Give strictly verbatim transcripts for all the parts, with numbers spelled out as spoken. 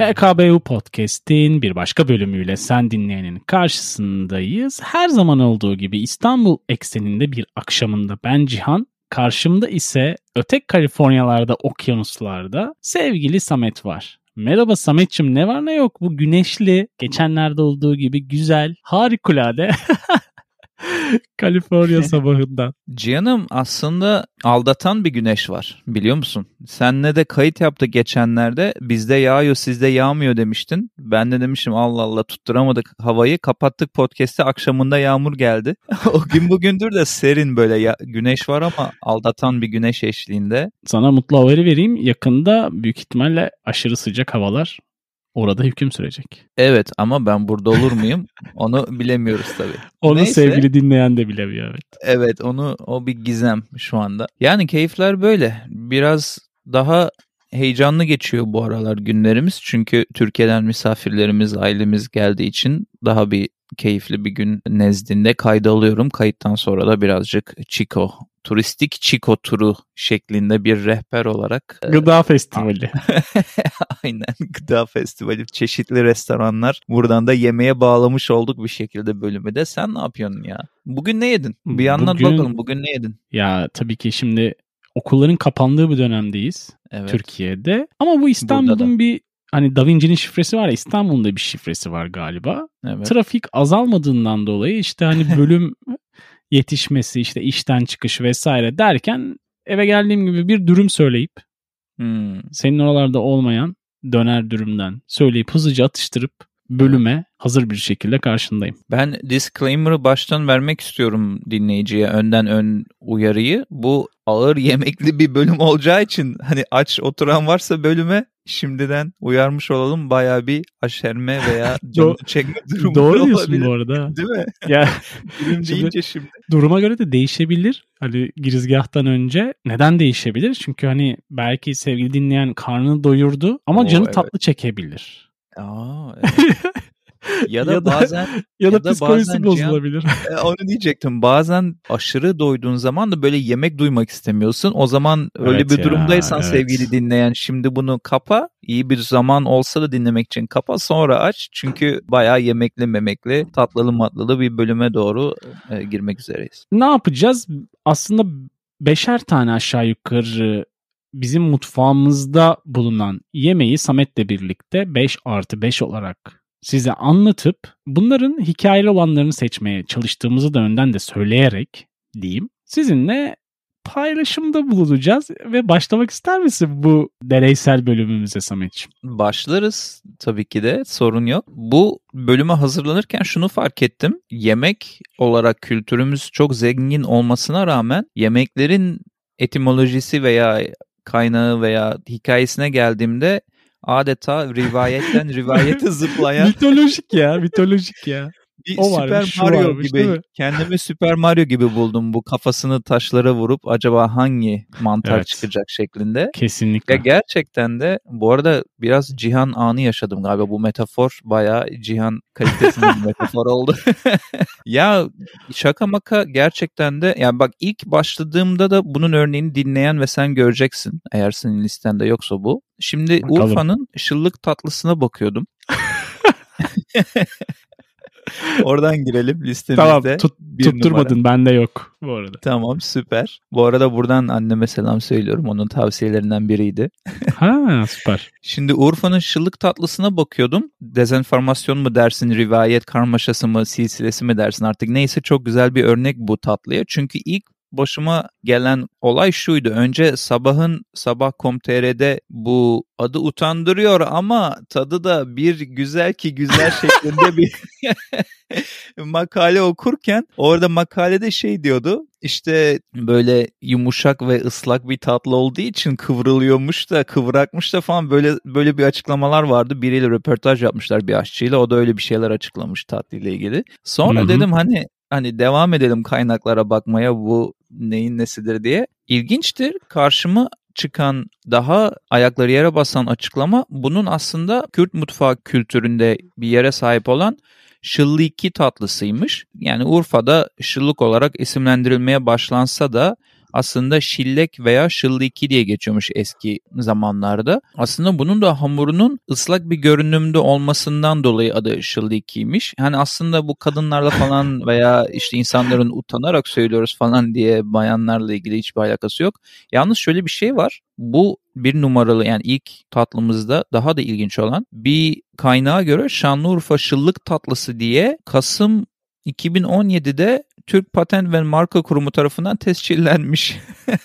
P K B U Podcast'in bir başka bölümüyle sen dinleyenin karşısındayız. Her zaman olduğu gibi İstanbul ekseninde bir akşamında ben Cihan, karşımda ise öte Kaliforniyalarda, okyanuslarda sevgili Samet var. Merhaba Samet'cim, ne var ne yok bu güneşli, geçenlerde olduğu gibi güzel, harikulade Kaliforniya sabahından. Cihan'ım, aslında aldatan bir güneş var, biliyor musun? Senle de kayıt yaptık geçenlerde. Bizde yağıyor, sizde yağmıyor demiştin. Ben de demişim Allah Allah, tutturamadık havayı. Kapattık podcast'i, akşamında yağmur geldi. O gün bugündür de serin, böyle ya, güneş var ama aldatan bir güneş eşliğinde. Sana mutlu haberi vereyim. Yakında büyük ihtimalle aşırı sıcak havalar orada hüküm sürecek. Evet, ama ben burada olur muyum? Onu bilemiyoruz tabii. Onu Neyse, sevgili dinleyen de bilemiyor. Evet. Evet, onu o bir gizem şu anda. Yani keyifler böyle. Biraz daha heyecanlı geçiyor bu aralar günlerimiz. Çünkü Türkiye'den misafirlerimiz, ailemiz geldiği için daha bir keyifli bir gün nezdinde kayda alıyorum. Kayıttan sonra da birazcık Chico, turistik Chico turu şeklinde bir rehber olarak. Gıda festivali. Aynen, gıda festivali, çeşitli restoranlar. Buradan da yemeğe bağlamış olduk bir şekilde bölümü de. Sen ne yapıyorsun ya? Bugün ne yedin? Bir anlat Bugün, bakalım, bugün ne yedin? Ya tabii ki şimdi okulların kapandığı bir dönemdeyiz, evet, Türkiye'de. Ama bu İstanbul'un bir, hani Da Vinci'nin şifresi var ya, İstanbul'un da bir şifresi var galiba. Evet. Trafik azalmadığından dolayı işte hani bölüm yetişmesi, işte işten çıkış vesaire derken eve geldiğim gibi bir dürüm söyleyip hmm. senin oralarda olmayan döner dürümden söyleyip hızlıca atıştırıp bölüme hazır bir şekilde karşındayım. Ben disclaimer'ı baştan vermek istiyorum dinleyiciye, önden ön uyarıyı. Bu ağır yemekli bir bölüm olacağı için hani aç oturan varsa bölüme şimdiden uyarmış olalım. Bayağı bir aşerme veya canı çekme durumu doğru olabilir. Doğru diyorsun bu arada. Değil mi? Ya, Dürüm deyince şimdi. Duruma göre de değişebilir. Hani girizgahtan önce neden değişebilir? Çünkü hani belki sevgili dinleyen karnını doyurdu ama Oo, canı evet. tatlı çekebilir. Aa, evet. Ya da, ya da bazen ya da, ya da psikolojisi bozulabilir. Cihan, onu diyecektim. Bazen aşırı doyduğun zaman da böyle yemek duymak istemiyorsun. O zaman öyle evet bir ya, durumdaysan evet. Sevgili dinleyen, şimdi bunu kapa. İyi bir zaman olsa da dinlemek için kapa, sonra aç. Çünkü bayağı yemekli memekli, tatlılı matlılı bir bölüme doğru e, girmek üzereyiz. Ne yapacağız? Aslında beşer tane aşağı yukarı bizim mutfağımızda bulunan yemeği Samet'le birlikte beş artı beş olarak size anlatıp bunların hikayeli olanlarını seçmeye çalıştığımızı da önden de söyleyerek diyeyim, sizinle paylaşımda bulunacağız ve başlamak ister misin bu deneysel bölümümüze Samet'ciğim? Başlarız tabii ki de, sorun yok. Bu bölüme hazırlanırken şunu fark ettim. Yemek olarak kültürümüz çok zengin olmasına rağmen yemeklerin etimolojisi veya kaynağı veya hikayesine geldiğimde adeta rivayetten rivayete zıplayan. Mitolojik ya, mitolojik ya. Bir o Süper varmış, Mario varmış, gibi, kendimi Süper Mario gibi buldum, bu kafasını taşlara vurup acaba hangi mantar evet. çıkacak şeklinde. Kesinlikle. Ya gerçekten de bu arada biraz Cihan anı yaşadım galiba, bu metafor bayağı Cihan kalitesinde bir metafor oldu. Ya şaka maka gerçekten de, yani bak, ilk başladığımda da bunun örneğini dinleyen ve sen göreceksin eğer senin listende yoksa bu. Şimdi bakalım. Urfa'nın şıllık tatlısına bakıyordum. Oradan girelim listemizde. Tamam, tut, tutturmadın numara. Bende yok bu arada. Tamam, süper. Bu arada buradan anneme selam söylüyorum. Onun tavsiyelerinden biriydi. Ha, süper. Şimdi Urfa'nın şıllık tatlısına bakıyordum. Dezenformasyon mu dersin, rivayet karmaşası mı, silsilesi mi dersin artık neyse, çok güzel bir örnek bu tatlıya. Çünkü ilk başıma gelen olay şuydu. Önce sabahın sabah nokta com nokta tr'de bu adı utandırıyor ama tadı da bir güzel ki güzel şeklinde bir makale okurken, orada makalede şey diyordu. İşte böyle yumuşak ve ıslak bir tatlı olduğu için kıvrılıyormuş da, kıvrakmış da falan, böyle böyle bir açıklamalar vardı. Biriyle röportaj yapmışlar, bir aşçıyla. O da öyle bir şeyler açıklamış tatlıyla ilgili. Sonra Hı-hı. dedim hani Hani devam edelim kaynaklara bakmaya, bu neyin nesidir diye. İlginçtir, karşıma çıkan daha ayakları yere basan açıklama, bunun aslında Kürt mutfağı kültüründe bir yere sahip olan şılliki tatlısıymış. Yani Urfa'da şıllık olarak isimlendirilmeye başlansa da aslında şillek veya şılliki diye geçiyormuş eski zamanlarda. Aslında bunun da hamurunun ıslak bir görünümde olmasından dolayı adı şıllikiymiş. Yani aslında bu kadınlarla falan veya işte insanların utanarak söylüyoruz falan diye bayanlarla ilgili hiçbir alakası yok. Yalnız şöyle bir şey var. Bu bir numaralı yani ilk tatlımızda daha da ilginç olan bir kaynağa göre Şanlıurfa şıllık tatlısı diye Kasım iki bin on yedide Türk Patent ve Marka Kurumu tarafından tescillenmiş.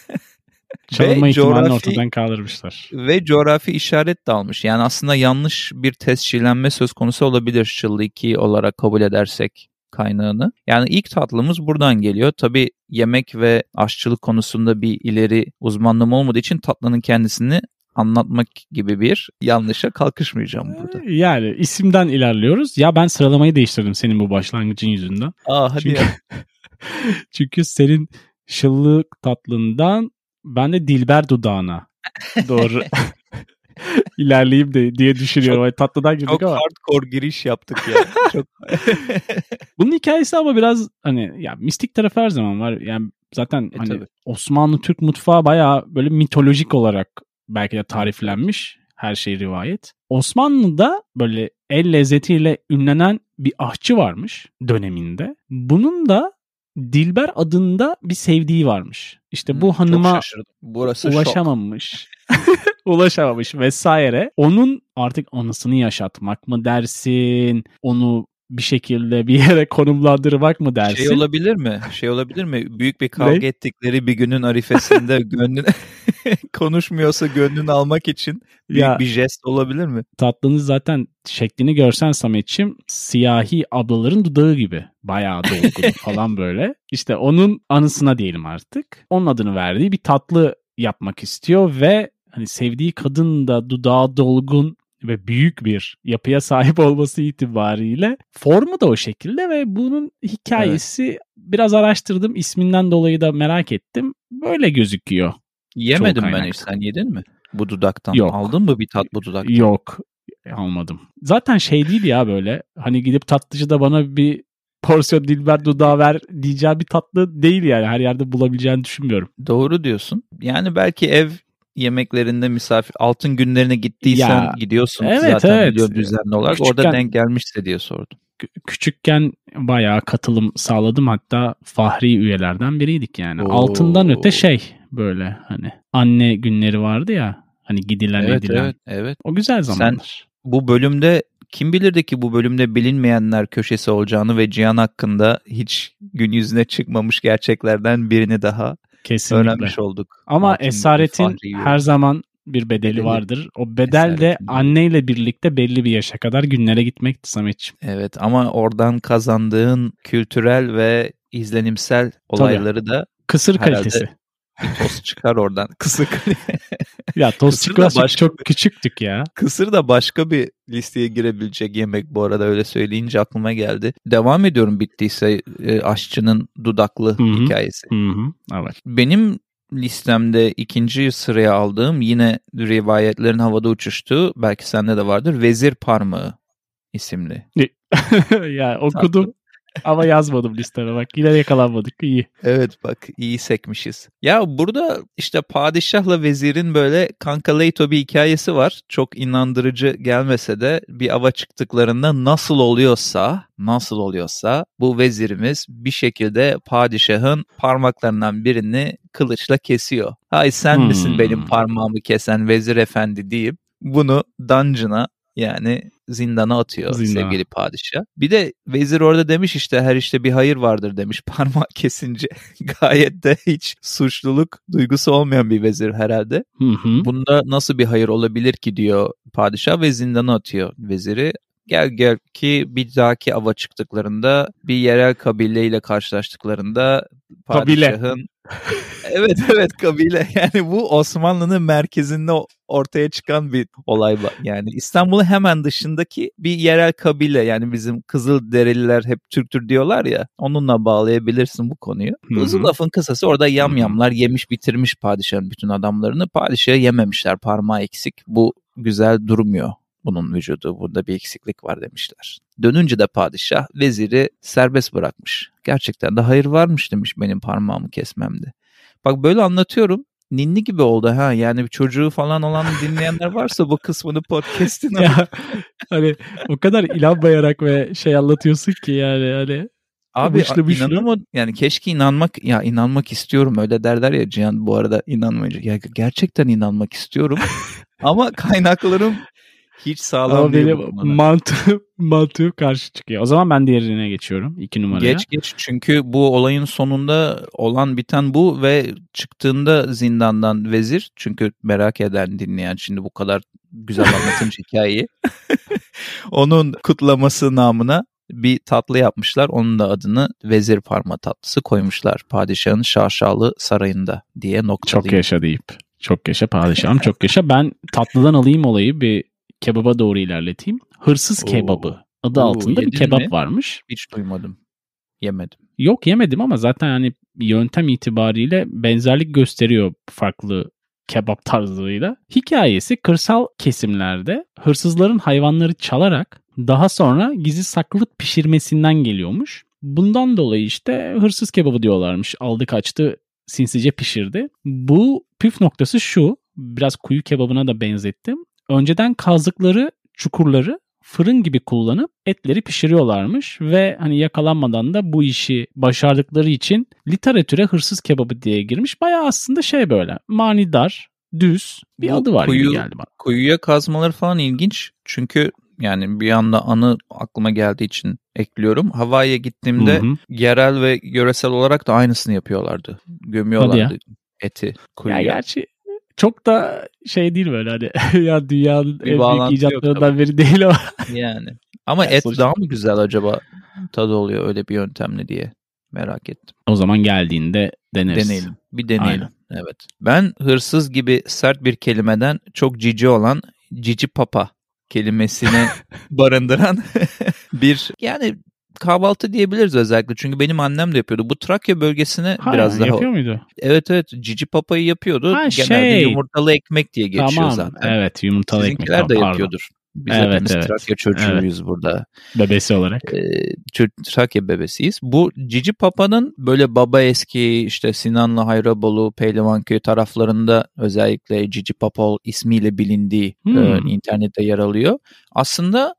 Çalınma ihtimalini ortadan kaldırmışlar. Ve coğrafi işaret de almış. Yani aslında yanlış bir tescillenme söz konusu olabilir şılliki olarak kabul edersek kaynağını. Yani ilk tatlımız buradan geliyor. Tabii yemek ve aşçılık konusunda bir ileri uzmanlığım olmadığı için tatlının kendisini anlatmak gibi bir yanlışa kalkışmayacağım burada. Yani isimden ilerliyoruz. Ya ben sıralamayı değiştirdim senin bu başlangıcın yüzünden. Aa hadi çünkü, ya. çünkü senin şıllık tatlından ben de Dilber dudağına doğru ilerleyeyim de diye düşünüyorum. Çok, Tatlıdan girdik çok ama. Çok hardcore giriş yaptık ya. Çok. Bunun hikayesi ama biraz hani ya mistik tarafı her zaman var. Yani zaten e, hani tabii. Osmanlı Türk mutfağı bayağı böyle mitolojik olarak belki de tariflenmiş. Evet. Her şey rivayet. Osmanlı'da böyle el lezzetiyle ünlenen bir aşçı varmış döneminde. Bunun da Dilber adında bir sevdiği varmış. İşte hmm, bu hanıma ulaşamamış. ulaşamamış vesaire. Onun artık anısını yaşatmak mı dersin? Onu bir şekilde bir yere konumlandırmak mı dersin? Şey olabilir mi? Şey olabilir mi? Büyük bir kavga ne? ettikleri bir günün arifesinde gönlün konuşmuyorsa gönlünü almak için büyük ya, bir jest olabilir mi? Tatlının zaten şeklini görsen Sametçim siyahi ablaların dudağı gibi. Bayağı dolgun falan böyle. İşte onun anısına diyelim artık. Onun adını verdiği bir tatlı yapmak istiyor ve hani sevdiği kadın da dudağı dolgun ve büyük bir yapıya sahip olması itibariyle formu da o şekilde ve bunun hikayesi evet. Biraz araştırdım. İsminden dolayı da merak ettim. Böyle gözüküyor. Yemedim ben hiç. Sen yedin mi? Bu dudaktan. Yok. Aldın mı bir tat bu dudaktan? Yok. Almadım. Zaten şey değil ya böyle. Hani gidip tatlıcıda bana bir porsiyon Dilber dudağı ver diyeceği bir tatlı değil yani. Her yerde bulabileceğini düşünmüyorum. Doğru diyorsun. Yani belki ev yemeklerinde misafir altın günlerine gittiysen ya, gidiyorsun evet, zaten evet. Biliyorum düzenli olarak. Küçükken, orada denk gelmişse diye sordum. Küçükken bayağı katılım sağladım. Hatta fahri üyelerden biriydik yani. Oo. Altından öte şey böyle hani anne günleri vardı ya. Hani gidilen evet, edilen. Evet, evet. O güzel zamanlar. Sen bu bölümde kim bilirdi ki bu bölümde bilinmeyenler köşesi olacağını ve Cihan hakkında hiç gün yüzüne çıkmamış gerçeklerden birini daha kesinlikle öğrenmiş olduk. Ama Altın esaretin her zaman bir bedeli, bedeli vardır. O bedel de anneyle birlikte belli bir yaşa kadar günlere gitmekti Sametciğim. Evet ama oradan kazandığın kültürel ve izlenimsel olayları Tabii. da kısır kalitesi. Bir toz çıkar oradan. Kısır. Ya toz çıkmaz çok bir, küçüktük ya. Kısır da başka bir listeye girebilecek yemek bu arada öyle söyleyince aklıma geldi. Devam ediyorum bittiyse e, aşçının dudaklı Hı-hı. hikayesi. Hı-hı. Evet. Benim listemde ikinci sıraya aldığım yine rivayetlerin havada uçuştuğu belki sende de vardır Vezir Parmağı isimli. Ya okudum. Tatlı. Ama yazmadım listeme bak yine yakalanmadık iyi. Evet bak iyi sekmişiz. Ya burada işte padişahla vezirin böyle kankalayto bir hikayesi var. Çok inandırıcı gelmese de bir ava çıktıklarında nasıl oluyorsa nasıl oluyorsa bu vezirimiz bir şekilde padişahın parmaklarından birini kılıçla kesiyor. Hay sen hmm. misin benim parmağımı kesen vezir efendi deyip bunu dungeon'a yani zindana atıyor Zindana. sevgili padişah. Bir de vezir orada demiş işte her işte bir hayır vardır demiş parmağı kesince. Gayet de hiç suçluluk duygusu olmayan bir vezir herhalde. Hı hı. Bunda nasıl bir hayır olabilir ki diyor padişah ve zindana atıyor veziri. Gel gel ki bir dahaki ava çıktıklarında bir yerel kabileyle karşılaştıklarında padişahın... Kabile. Evet evet kabile yani bu Osmanlı'nın merkezinde ortaya çıkan bir olay yani İstanbul'un hemen dışındaki bir yerel kabile yani bizim Kızılderililer hep Türktür diyorlar ya onunla bağlayabilirsin bu konuyu. Hı-hı. Uzun lafın kısası orada yamyamlar yemiş bitirmiş padişahın bütün adamlarını padişahı yememişler parmağı eksik bu güzel durmuyor. Bunun vücudu burada bir eksiklik var demişler. Dönünce de padişah veziri serbest bırakmış. Gerçekten de hayır varmış demiş benim parmağımı kesmemde. Bak böyle anlatıyorum. Ninni gibi oldu ha. Yani bir çocuğu falan olan dinleyenler varsa bu kısmını podcast'in ya, hani o kadar inanmayarak ve şey anlatıyorsun ki yani hani abi inanamadım yani keşke inanmak ya inanmak istiyorum öyle derler ya Cihan bu arada inanmayacak ya gerçekten inanmak istiyorum ama kaynaklarım hiç sağlam ama değil. Ama benim mantığım, mantığım karşı çıkıyor. O zaman ben diğerine geçiyorum. iki numaraya. Geç geç çünkü bu olayın sonunda olan biten bu ve çıktığında zindandan vezir. Çünkü merak eden dinleyen şimdi bu kadar güzel anlatınca hikayeyi. Onun kutlaması namına bir tatlı yapmışlar. Onun da adını vezir parma tatlısı koymuşlar. Padişahın şaşalı sarayında diye noktalayayım. Çok yaşa deyip. Çok yaşa padişahım çok yaşa. Ben tatlıdan alayım olayı bir kebaba doğru ilerleteyim. Hırsız Oo. kebabı adı Oo, altında bir kebap mi? Varmış. Hiç duymadım. Yemedim. Yok yemedim ama zaten hani yöntem itibariyle benzerlik gösteriyor farklı kebap tarzlarıyla. Hikayesi kırsal kesimlerde hırsızların hayvanları çalarak daha sonra gizli saklı pişirmesinden geliyormuş. Bundan dolayı işte hırsız kebabı diyorlarmış. Aldı kaçtı sinsice pişirdi. Bu püf noktası şu. Biraz kuyu kebabına da benzettim. Önceden kazdıkları çukurları fırın gibi kullanıp etleri pişiriyorlarmış ve hani yakalanmadan da bu işi başardıkları için literatüre hırsız kebabı diye girmiş. Bayağı aslında şey böyle manidar, düz bir bu adı var kuyu, gibi geldi bana. Kuyuya kazmaları falan ilginç çünkü yani bir anda anı aklıma geldiği için ekliyorum. Hawaii'ye gittiğimde hı hı. yerel ve yöresel olarak da aynısını yapıyorlardı. Gömüyorlardı eti kuyuya. Ya gerçi çok da şey değil böyle hani ya dünyanın bir en büyük icatlarından biri değil ama. Yani. Ama yani et sonuçta daha mı güzel acaba tadı oluyor öyle bir yöntemle diye merak ettim. O zaman geldiğinde deneriz. Deneyelim. Bir deneyelim. Aynen. Evet. Ben hırsız gibi sert bir kelimeden çok cici olan cici papa kelimesini barındıran bir yani kahvaltı diyebiliriz özellikle. Çünkü benim annem de yapıyordu. Bu Trakya bölgesine ha, biraz daha... Yapıyor muydu? Evet evet. Cici papayı yapıyordu. Ha, Genelde şey... yumurtalı ekmek diye geçiyor tamam, zaten. Evet yumurtalı Sizinkiler ekmek. Sizinkiler de pardon. yapıyordur. Biz evet, hepimiz evet. Trakya çocuğuyuz evet. burada. Bebesi olarak. Ee, Trakya bebesiyiz. Bu Cici Papa'nın böyle baba eski işte Sinanlı, Hayrabolu, Pehlivanköy taraflarında özellikle Cici Papa ismiyle bilindiği hmm. e, internette yer alıyor. Aslında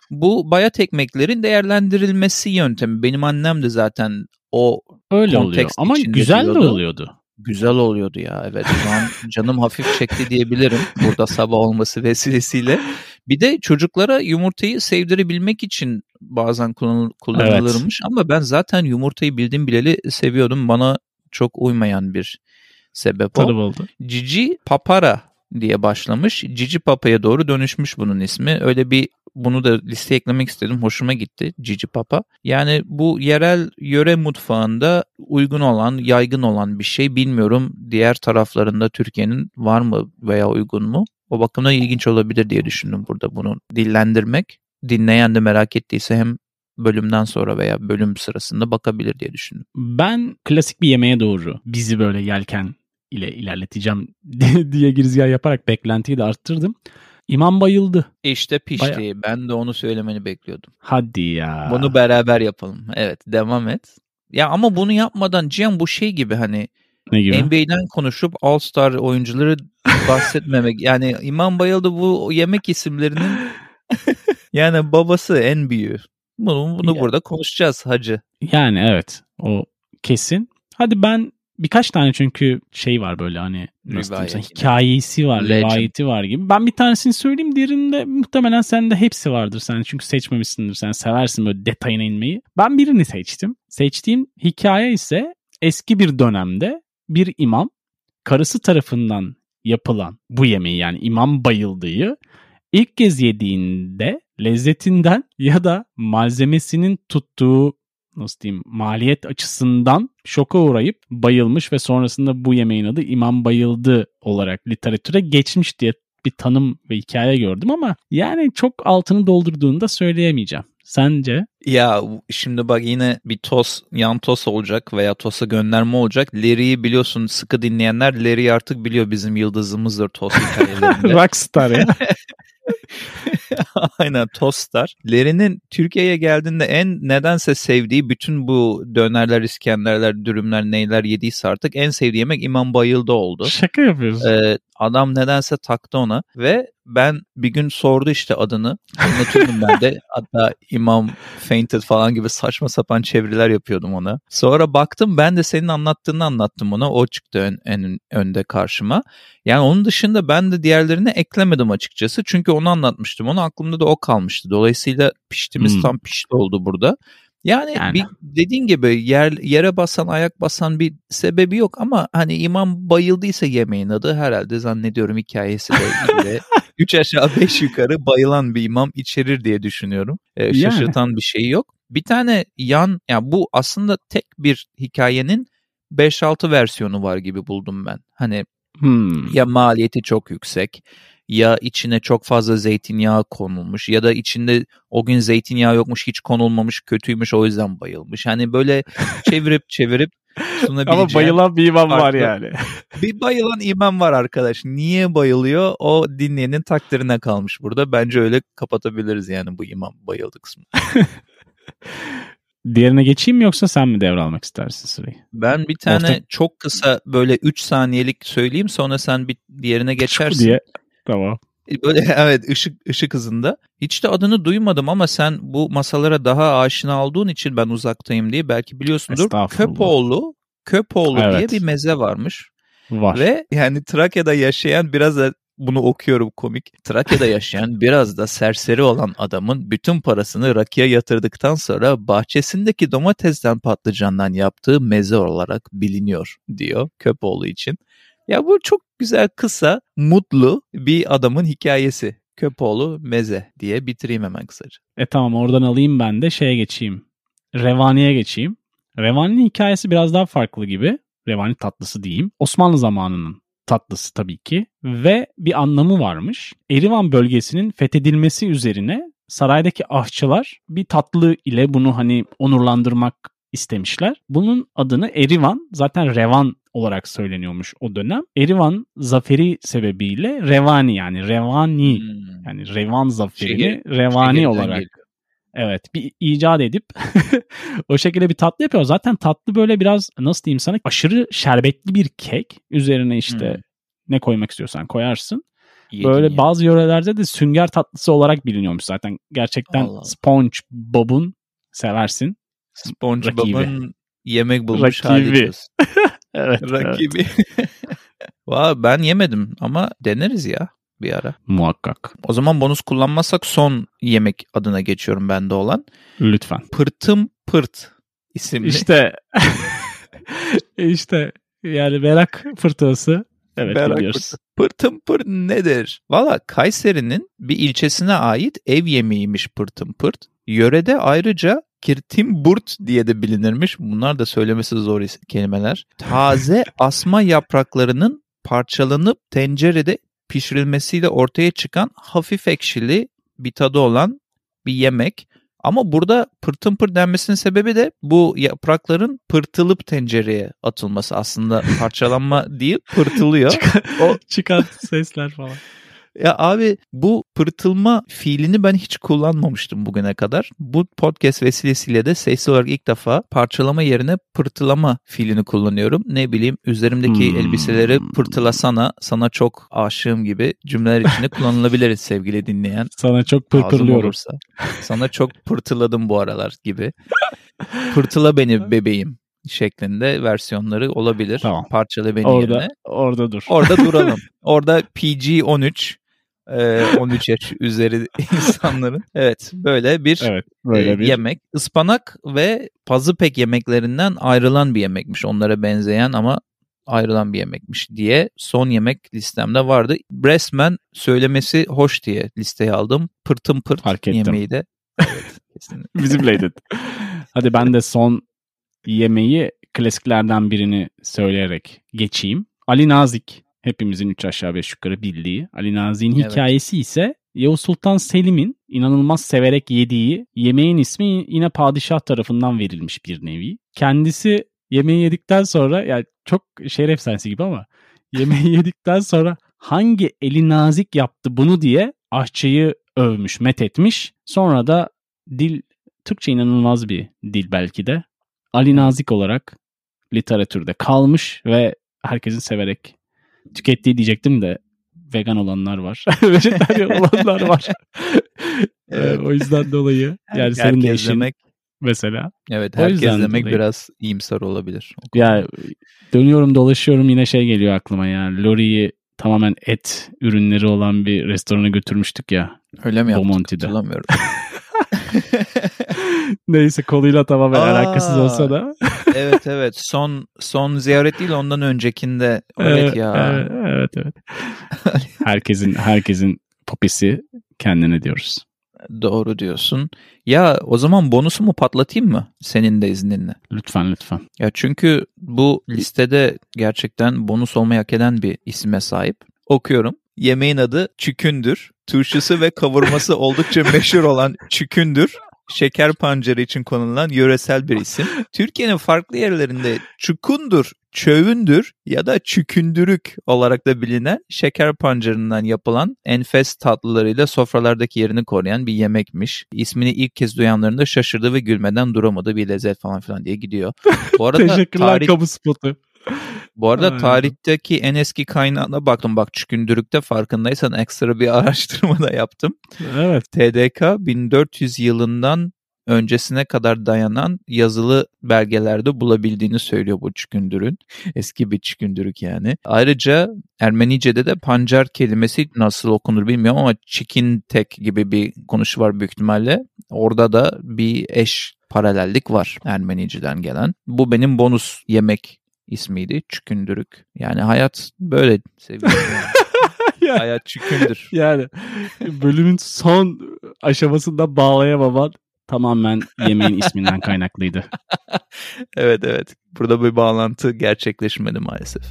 bu bayat ekmeklerin değerlendirilmesi yöntemi. Benim annem de zaten o öyle oluyor ama güzel diyordu. de oluyordu. Güzel oluyordu ya evet. Şu an canım hafif çekti diyebilirim burada sabah olması vesilesiyle. Bir de çocuklara yumurtayı sevdirebilmek için bazen kullanıl- kullanılırmış. Evet. Ama ben zaten yumurtayı bildim bileli seviyordum. Bana çok uymayan bir sebep o. Oldu. Cici Papara diye başlamış. Cici Papa'ya doğru dönüşmüş bunun ismi. Öyle bir bunu da listeye eklemek istedim. Hoşuma gitti Cici Papa. Yani bu yerel yöre mutfağında uygun olan, yaygın olan bir şey. Bilmiyorum diğer taraflarında Türkiye'nin var mı veya uygun mu? O bakımdan ilginç olabilir diye düşündüm burada bunu dillendirmek. Dinleyen de merak ettiyse hem bölümden sonra veya bölüm sırasında bakabilir diye düşündüm. Ben klasik bir yemeğe doğru bizi böyle yelken ile ilerleteceğim diye girizgah yaparak beklentiyi de arttırdım. İmam bayıldı. İşte pişti. Bayağı. Ben de onu söylemeni bekliyordum. Hadi ya. Bunu beraber yapalım. Evet, devam et. Ya ama bunu yapmadan Cihan bu şey gibi hani N B A'den konuşup All-Star oyuncuları bahsetmemek. Yani İmam bayıldı bu yemek isimlerinin yani babası en büyüğü. Bunu, bunu ya. burada konuşacağız hacı. Yani evet o kesin. Hadi ben birkaç tane çünkü şey var böyle hani nasıl diyeyim sana, hikayesi var, Legend. rivayeti var gibi. Ben bir tanesini söyleyeyim, diğerinde muhtemelen sende hepsi vardır sen çünkü seçmemişsindir. Sen seversin böyle detayına inmeyi. Ben birini seçtim. Seçtiğim hikaye ise eski bir dönemde bir imam karısı tarafından yapılan bu yemeği yani imam bayıldığı ilk kez yediğinde lezzetinden ya da malzemesinin tuttuğu nasıl diyeyim maliyet açısından şoka uğrayıp bayılmış ve sonrasında bu yemeğin adı İmam Bayıldı olarak literatüre geçmiş diye bir tanım ve hikaye gördüm ama yani çok altını doldurduğunu da söyleyemeyeceğim. Sence? Ya şimdi bak yine bir toz, yan toz olacak veya tosa gönderme olacak. Larry'i biliyorsun, sıkı dinleyenler Larry artık biliyor, bizim yıldızımızdır toz hikayelerinde. Rockstar ya. Aynen, Tostar. Larry'nin Türkiye'ye geldiğinde en nedense sevdiği bütün bu dönerler, İskenderler, dürümler, neyler yediyse artık en sevdiği yemek İmam Bayıldı oldu. Şaka yapıyorsun. Ee, adam nedense taktı ona ve ben bir gün sordu işte adını. Anlatıyordum ben de. Hatta İmam Fainted falan gibi saçma sapan çeviriler yapıyordum ona. Sonra baktım, ben de senin anlattığını anlattım ona. O çıktı ön, en önde karşıma. Yani onun dışında ben de diğerlerini eklemedim açıkçası. Çünkü onu anlatmıştım. Onu aklımda da o kalmıştı. Dolayısıyla piştimiz hmm. tam pişti oldu burada. Yani, yani. Bir, dediğin gibi yer, yere basan, ayak basan bir sebebi yok ama hani imam bayıldıysa yemeğin adı herhalde, zannediyorum hikayesi de üç aşağı beş yukarı bayılan bir imam içerir diye düşünüyorum. Ee, şaşırtan yani. Bir şey yok. Bir tane yan, yani bu aslında tek bir hikayenin beş altı versiyonu var gibi buldum ben. Hani hmm. ya maliyeti çok yüksek, ya içine çok fazla zeytinyağı konulmuş, ya da içinde o gün zeytinyağı yokmuş, hiç konulmamış, kötüymüş, o yüzden bayılmış. Hani böyle çevirip çevirip sunabileceğim. Ama bayılan bir imam farklı, var yani. Bir bayılan imam var arkadaş. Niye bayılıyor? O dinleyenin takdirine kalmış burada. Bence öyle kapatabiliriz yani bu imam bayıldı kısmını. Diğerine geçeyim mi yoksa sen mi devralmak istersin sırayı? Ben bir tane Orta... çok kısa böyle üç saniyelik söyleyeyim, sonra sen bir diğerine geçersin. Diye. Tamam. Böyle evet, ışık ışık hızında. Hiç de adını duymadım ama sen bu masalara daha aşina olduğun için ben uzaktayım diye belki biliyorsundur. Köpoğlu, Köpoğlu evet. diye bir meze varmış. Var. Ve yani Trakya'da yaşayan, biraz da bunu okuyorum komik. Trakya'da yaşayan biraz da serseri olan adamın bütün parasını rakıya yatırdıktan sonra bahçesindeki domatesten, patlıcandan yaptığı meze olarak biliniyor diyor Köpoğlu için. Ya bu çok güzel, kısa, mutlu bir adamın hikayesi. Köpoğlu meze diye bitireyim hemen kısaca. E tamam, oradan alayım ben de şeye geçeyim. Revani'ye geçeyim. Revani'nin hikayesi biraz daha farklı gibi. Revani tatlısı diyeyim. Osmanlı zamanının tatlısı tabii ki. Ve bir anlamı varmış. Erivan bölgesinin fethedilmesi üzerine saraydaki ahçılar bir tatlı ile bunu hani onurlandırmak istemişler. Bunun adını Erivan, zaten Revan olarak söyleniyormuş o dönem. Erivan zaferi sebebiyle Revani, yani Revani hmm. yani Revan zaferini şehir, Revani olarak geliyor. Evet, bir icat edip o şekilde bir tatlı yapıyor. Zaten tatlı böyle biraz, nasıl diyeyim sana, aşırı şerbetli bir kek. Üzerine işte hmm. ne koymak istiyorsan koyarsın. Yedin böyle yani. Bazı yörelerde de sünger tatlısı olarak biliniyormuş zaten. Gerçekten Allah. SpongeBob'un seversin. SpongeBob'un yemek bulmuş hali diyorsun. Evet. Rakibi. Evet. Ben yemedim ama deneriz ya bir ara. Muhakkak. O zaman bonus kullanmazsak son yemek adına geçiyorum bende olan. Lütfen. Pırtım Pırt isimli. İşte işte yani merak fırtınası. Evet, merak biliyoruz. Pırtım Pırt nedir? Valla Kayseri'nin bir ilçesine ait ev yemeğiymiş Pırtım Pırt. Yörede ayrıca Kirtimburt diye de bilinirmiş. Bunlar da söylemesi zor kelimeler. Taze asma yapraklarının parçalanıp tencerede pişirilmesiyle ortaya çıkan hafif ekşili bir tadı olan bir yemek. Ama burada pırtım pırt denmesinin sebebi de bu yaprakların pırtılıp tencereye atılması. Aslında parçalanma değil, pırtılıyor. Çıkan, o çıkan sesler falan. Ya abi, bu pırtılma fiilini ben hiç kullanmamıştım bugüne kadar. Bu podcast vesilesiyle de sesli olarak ilk defa parçalama yerine pırtılama fiilini kullanıyorum. Ne bileyim, üzerimdeki hmm. elbiseleri pırtılasana, sana çok aşığım gibi cümleler içinde kullanılabilir sevgili dinleyen. Sana çok pırtılıyorum. Sana çok pırtıladım bu aralar gibi. Pırtıla beni bebeğim şeklinde versiyonları olabilir. Tamam. Parçala beni orada, yerine. Orada dur. Orada duralım. Orada P G on üç on üç yaş üzeri insanların. Evet, böyle bir, evet, böyle bir yemek. Ispanak ve pazıpek yemeklerinden ayrılan bir yemekmiş. Onlara benzeyen ama ayrılan bir yemekmiş diye son yemek listemde vardı. Resmen söylemesi hoş diye listeye aldım. Pırtım pırt Fark yemeği de. Evet, kesinlikle. Bizimleydin. Hadi ben de son yemeği, klasiklerden birini söyleyerek geçeyim. Ali Nazik. Hepimizin üç aşağı beş yukarı bildiği. Ali Nazik'in evet. hikayesi ise Yavuz Sultan Selim'in inanılmaz severek yediği yemeğin ismi yine padişah tarafından verilmiş bir nevi. Kendisi yemeği yedikten sonra, yani çok şehir efsanesi gibi ama yemeği yedikten sonra hangi eli nazik yaptı bunu diye aşçıyı övmüş, methetmiş. Sonra da dil, Türkçe inanılmaz bir dil belki de. Ali Nazik olarak literatürde kalmış ve herkesin severek tükettiği diyecektim de vegan olanlar var. Vejetaryen olanlar var. Evet. O yüzden dolayı yani senin de işin demek, mesela. Evet, herkes demek dolayı biraz iyimser olabilir. Ya dönüyorum dolaşıyorum yine şey geliyor aklıma yani. Lori'yi tamamen et ürünleri olan bir restorana götürmüştük ya. Öyle mi yaptık? Hatırlamıyorum. Neyse konuyla tamamen Aa, alakasız olsa da. evet evet. Son son ziyaret değil ondan öncekinde. Evet, evet ya. Evet evet. herkesin herkesin popisi kendine diyoruz. Doğru diyorsun. Ya o zaman bonusumu patlatayım mı senin de izninle? Lütfen lütfen. Ya çünkü bu listede gerçekten bonus olmayı hak eden bir isme sahip. Okuyorum. Yemeğin adı çükündür. Turşusu ve kavurması oldukça meşhur olan çükündür. Şeker pancarı için kullanılan yöresel bir isim. Türkiye'nin farklı yerlerinde çukundur, çövündür ya da çükündürük olarak da bilinen şeker pancarından yapılan enfes tatlılarıyla sofralardaki yerini koruyan bir yemekmiş. İsmini ilk kez duyanların da şaşırdı ve gülmeden duramadı, bir lezzet falan filan diye gidiyor. Bu arada teşekkürler tarih... kamu spotu. Bu arada tarihteki en eski kaynağına baktım. Bak çükündürükte farkındaysan ekstra bir araştırma da yaptım. Evet. T D K bin dört yüz yılından öncesine kadar dayanan yazılı belgelerde bulabildiğini söylüyor bu çükündürün. Eski bir çükündürük yani. Ayrıca Ermenice'de de pancar kelimesi nasıl okunur bilmiyorum ama çikintek gibi bir konuşu var büyük ihtimalle. Orada da bir eş paralellik var Ermenice'den gelen. Bu benim bonus yemek ismiydi. Çükündürük. Yani hayat böyle sevgili. yani, hayat çükündür. Yani bölümün son aşamasında bağlayamaman tamamen yemeğin isminden kaynaklıydı. evet evet. Burada bir bağlantı gerçekleşmedi maalesef.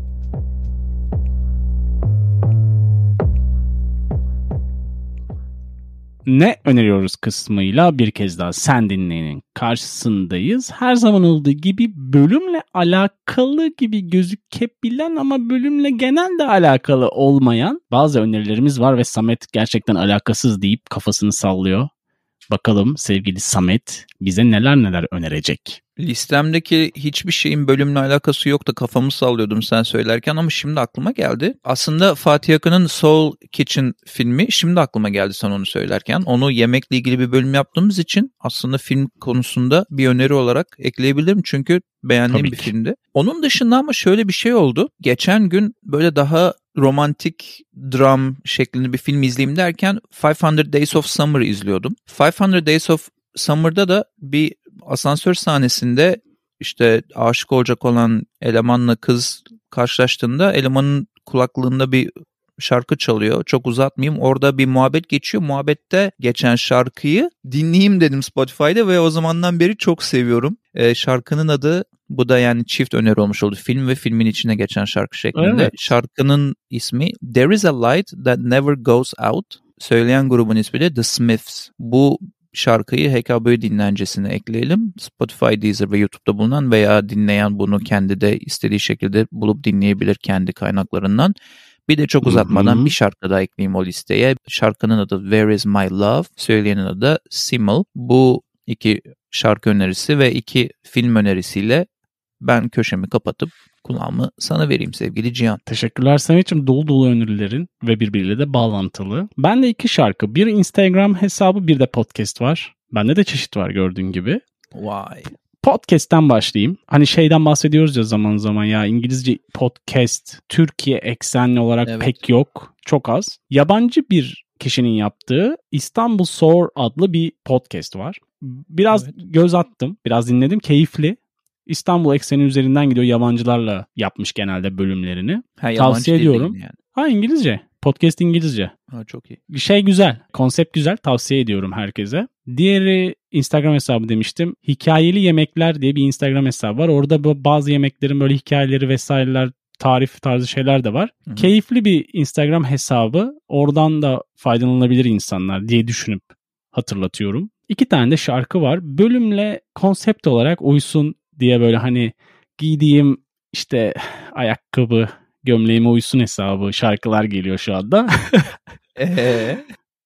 Ne öneriyoruz kısmıyla bir kez daha sen dinleyenin karşısındayız. Her zaman olduğu gibi bölümle alakalı gibi gözükebilen ama bölümle genelde alakalı olmayan bazı önerilerimiz var ve Samet gerçekten alakasız deyip kafasını sallıyor. Bakalım sevgili Samet bize neler neler önerecek. Listemdeki hiçbir şeyin bölümle alakası yok da kafamı sallıyordum sen söylerken ama şimdi aklıma geldi. Aslında Fatih Akın'ın Soul Kitchen filmi şimdi aklıma geldi sen onu söylerken. Onu yemekle ilgili bir bölüm yaptığımız için aslında film konusunda bir öneri olarak ekleyebilirim. Çünkü beğendiğim Tabii bir ki. filmdi. Onun dışında ama şöyle bir şey oldu. Geçen gün böyle daha romantik dram şeklinde bir film izleyeyim derken five hundred Days of Summer izliyordum. five hundred Days of Summer'da da bir asansör sahnesinde işte aşık olacak olan elemanla kız karşılaştığında elemanın kulaklığında bir şarkı çalıyor. Çok uzatmayayım. Orada bir muhabbet geçiyor. Muhabbette geçen şarkıyı dinleyeyim dedim Spotify'da ve o zamandan beri çok seviyorum. Ee, şarkının adı, bu da yani çift öneri olmuş oldu. Film ve filmin içine geçen şarkı şeklinde. Evet. Şarkının ismi There is a Light That Never Goes Out. Söyleyen grubun ismi de The Smiths. Bu şarkıyı H K B dinlencesine ekleyelim. Spotify, Deezer ve YouTube'da bulunan veya dinleyen bunu kendi de istediği şekilde bulup dinleyebilir kendi kaynaklarından. Bir de çok uzatmadan Hı-hı. bir şarkı daha ekleyeyim o listeye. Şarkının adı Where Is My Love, söyleyenin adı Simul. Bu iki şarkı önerisi ve iki film önerisiyle ben köşemi kapatıp kulağımı sana vereyim sevgili Cihan. Teşekkürler Samet'ciğim. Dolu dolu önerilerin ve birbiriyle de bağlantılı. Ben de iki şarkı. Bir Instagram hesabı, bir de podcast var. Bende de çeşit var gördüğün gibi. Vay. Podcast'ten başlayayım. Hani şeyden bahsediyoruz ya zaman zaman ya İngilizce podcast Türkiye eksenli olarak evet. pek yok. Çok az. Yabancı bir kişinin yaptığı İstanbul Soar adlı bir podcast var. Biraz evet. göz attım. Biraz dinledim. Keyifli. İstanbul ekseni üzerinden gidiyor. Yabancılarla yapmış genelde bölümlerini. Ha, tavsiye ediyorum. Yani. Ha İngilizce. Podcast İngilizce. Ha, çok iyi. Şey güzel. Konsept güzel. Tavsiye ediyorum herkese. Diğeri Instagram hesabı demiştim. Hikayeli Yemekler diye bir Instagram hesabı var. Orada bazı yemeklerin böyle hikayeleri vesaireler, tarif tarzı şeyler de var. Hı-hı. Keyifli bir Instagram hesabı. Oradan da faydalanabilir insanlar diye düşünüp hatırlatıyorum. İki tane de şarkı var. Bölümle konsept olarak uysun diye böyle hani giydiğim işte ayakkabı, gömleğime uysun hesabı şarkılar geliyor şu anda. Eee?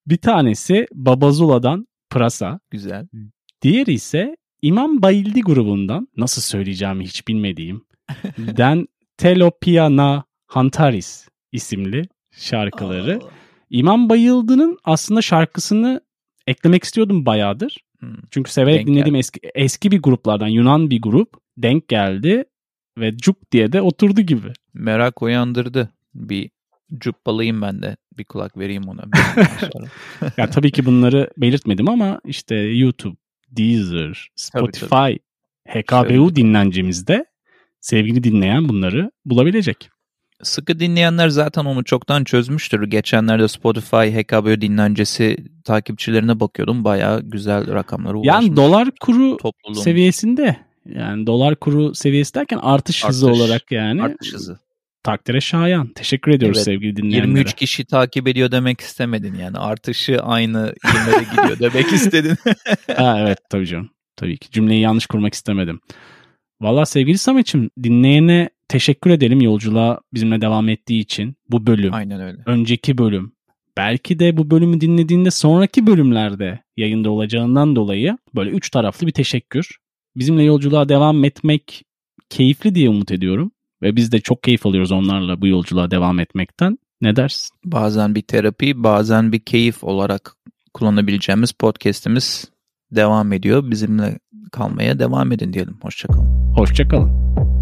Bir tanesi Babazula'dan Pırasa. Güzel. Diğeri ise İmam Bayildi grubundan, nasıl söyleyeceğimi hiç bilmediğim Den Telopiana Hantaris isimli şarkıları. Oh. İmam Bayıldı'nın aslında şarkısını eklemek istiyordum bayağıdır. Hmm. Çünkü severek denk dinlediğim eski, eski bir gruplardan, Yunan bir grup denk geldi ve cuk diye de oturdu gibi. Merak uyandırdı. Bir cuppalayayım ben de. Bir kulak vereyim ona. Ya tabii ki bunları belirtmedim ama işte YouTube, Deezer, Spotify, tabii, tabii. H K B U Şöyle. dinlencemizde sevgili dinleyen bunları bulabilecek. Sıkı dinleyenler zaten onu çoktan çözmüştür. Geçenlerde Spotify H K B U dinlencesi takipçilerine bakıyordum. Bayağı güzel rakamlara ulaşmış. Yani dolar kuru topluluğumuz seviyesinde. Yani dolar kuru seviyesi derken artış, artış hızı olarak yani. Artış hızı. Takdire şayan. Teşekkür ediyoruz evet, sevgili dinleyenlere. yirmi üç kişi takip ediyor demek istemedin yani. Artışı aynı yirmilere gidiyor demek istedin. Ha, evet tabii canım. Tabii ki. Cümleyi yanlış kurmak istemedim. Valla sevgili Samet'ciğim, dinleyene teşekkür edelim yolculuğa bizimle devam ettiği için. Bu bölüm. Aynen öyle. Önceki bölüm. Belki de bu bölümü dinlediğinde sonraki bölümlerde yayında olacağından dolayı böyle üç taraflı bir teşekkür. Bizimle yolculuğa devam etmek keyifli diye umut ediyorum. Ve biz de çok keyif alıyoruz onlarla bu yolculuğa devam etmekten. Ne dersin? Bazen bir terapi, bazen bir keyif olarak kullanabileceğimiz podcast'imiz devam ediyor. Bizimle kalmaya devam edin diyelim. Hoşça kalın. Hoşça kalın.